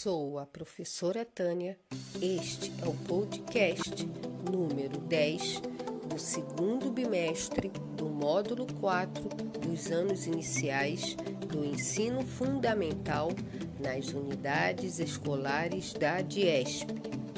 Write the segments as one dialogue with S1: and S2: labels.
S1: Sou a professora Tânia. Este é o podcast número 10 do segundo bimestre do módulo 4 dos anos iniciais do ensino fundamental nas unidades escolares da DIESP.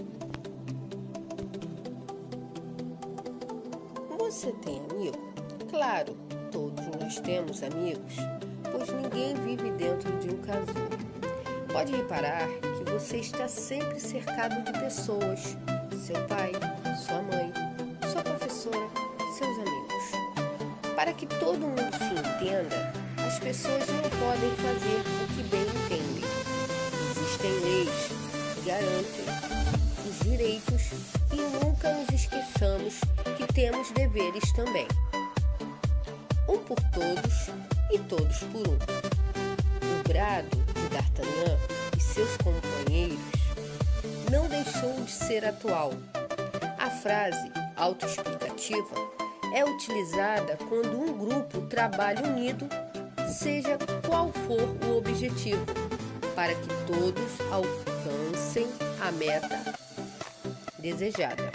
S1: Você tem amigo? Claro, todos nós temos amigos, pois ninguém vive dentro de um casulo. Pode reparar que você está sempre cercado de pessoas, seu pai, sua mãe, sua professora, seus amigos. Para que todo mundo se entenda, as pessoas não podem fazer o que bem entendem. Existem leis que garantem os direitos e nunca nos esqueçamos que temos deveres também. Um por todos e todos por um. O brado de D'Artagnan e seus companheiros não deixou de ser atual. A frase autoexplicativa é utilizada quando um grupo trabalha unido, seja qual for o objetivo, para que todos alcancem a meta desejada.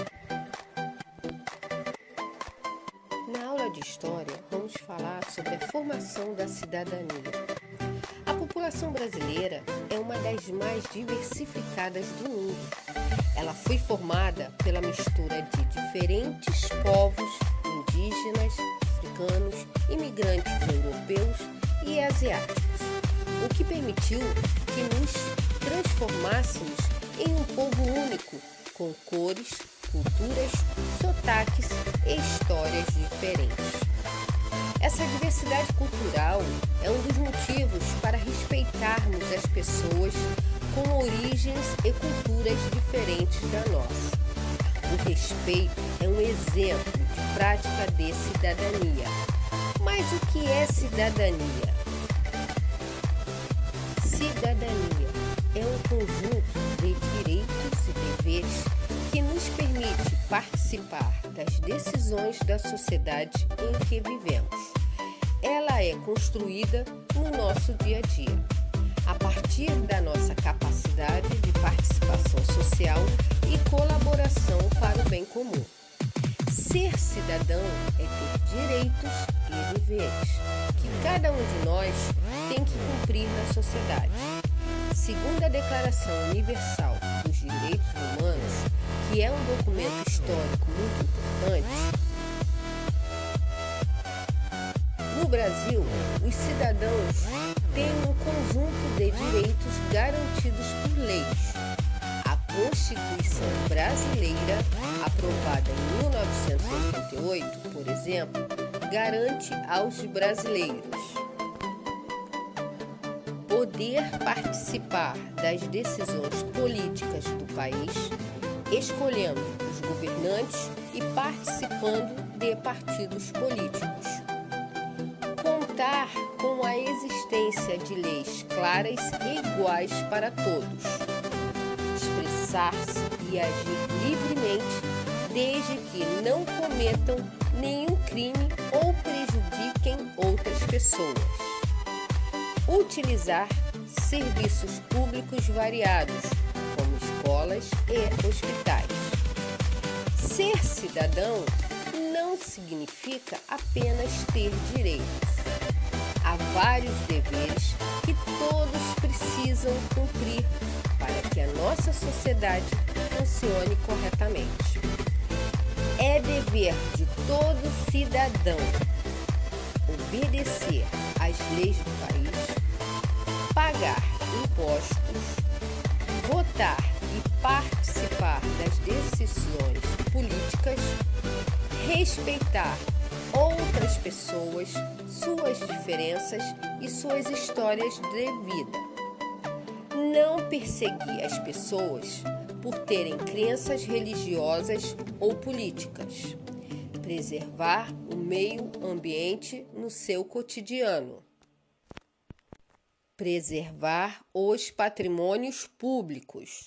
S1: Na aula de História, vamos falar sobre a formação da cidadania. A população brasileira é uma das mais diversificadas do mundo. Ela foi formada pela mistura de diferentes povos indígenas, africanos, imigrantes europeus e asiáticos, o que permitiu que nos transformássemos em um povo único, com cores, culturas, sotaques e histórias diferentes. Essa diversidade cultural é um dos motivos para respeitarmos as pessoas com origens e culturas diferentes da nossa. O respeito é um exemplo de prática de cidadania. Mas o que é cidadania? Cidadania é um conjunto de direitos e deveres que nos permite participar das decisões da sociedade em que vivemos. Ela é construída no nosso dia a dia, a partir da nossa capacidade de participação social e colaboração para o bem comum. Ser cidadão é ter direitos e deveres, que cada um de nós tem que cumprir na sociedade. Segundo a Declaração Universal dos Direitos Humanos, que é um documento histórico muito importante, no Brasil, os cidadãos têm um conjunto de direitos garantidos por leis. A Constituição Brasileira, aprovada em 1988, por exemplo, garante aos brasileiros poder participar das decisões políticas do país, escolhendo os governantes e participando de partidos políticos. Contar com a existência de leis claras e iguais para todos. Expressar-se e agir livremente, desde que não cometam nenhum crime ou prejudiquem outras pessoas. Utilizar serviços públicos variados, como escolas e hospitais. Ser cidadão não significa apenas ter direitos. Há vários deveres que todos precisam cumprir para que a nossa sociedade funcione corretamente. É dever de todo cidadão obedecer às leis do país, pagar impostos, votar e participar das decisões políticas, respeitar outras pessoas, suas diferenças e suas histórias de vida. Não perseguir as pessoas por terem crenças religiosas ou políticas. Preservar o meio ambiente no seu cotidiano. Preservar os patrimônios públicos.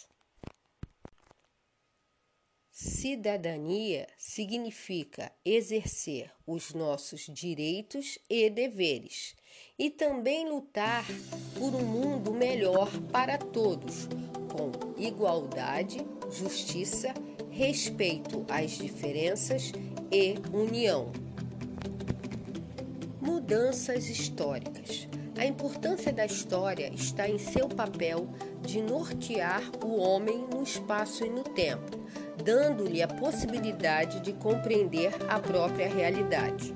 S1: Cidadania significa exercer os nossos direitos e deveres e também lutar por um mundo melhor para todos, com igualdade, justiça, respeito às diferenças e união. Mudanças históricas. A importância da história está em seu papel de nortear o homem no espaço e no tempo, dando-lhe a possibilidade de compreender a própria realidade.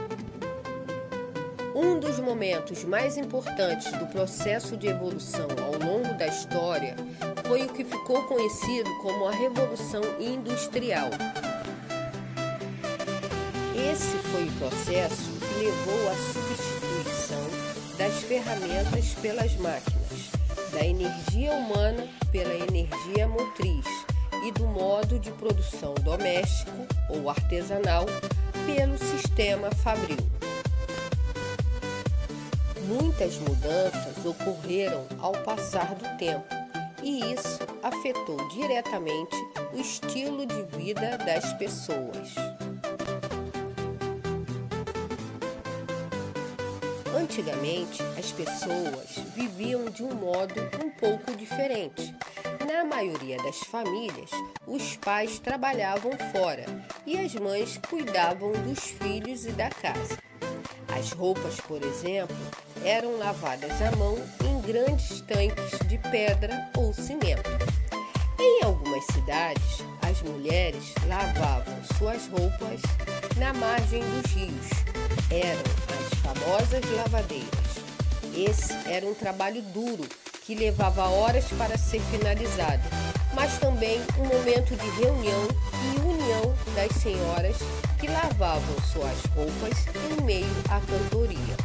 S1: Um dos momentos mais importantes do processo de evolução ao longo da história foi o que ficou conhecido como a Revolução Industrial. Esse foi o processo que levou à substituição das ferramentas pelas máquinas, da energia humana pela energia motriz e do modo de produção doméstico ou artesanal pelo sistema fabril. Muitas mudanças ocorreram ao passar do tempo, e isso afetou diretamente o estilo de vida das pessoas. Antigamente, as pessoas viviam de um modo um pouco diferente. Na maioria das famílias, os pais trabalhavam fora e as mães cuidavam dos filhos e da casa. As roupas, por exemplo, eram lavadas à mão em grandes tanques de pedra ou cimento. Em algumas cidades, as mulheres lavavam suas roupas na margem dos rios. Eram as famosas lavadeiras. Esse era um trabalho duro que levava horas para ser finalizado, mas também um momento de reunião e união das senhoras que lavavam suas roupas em meio à cantoria.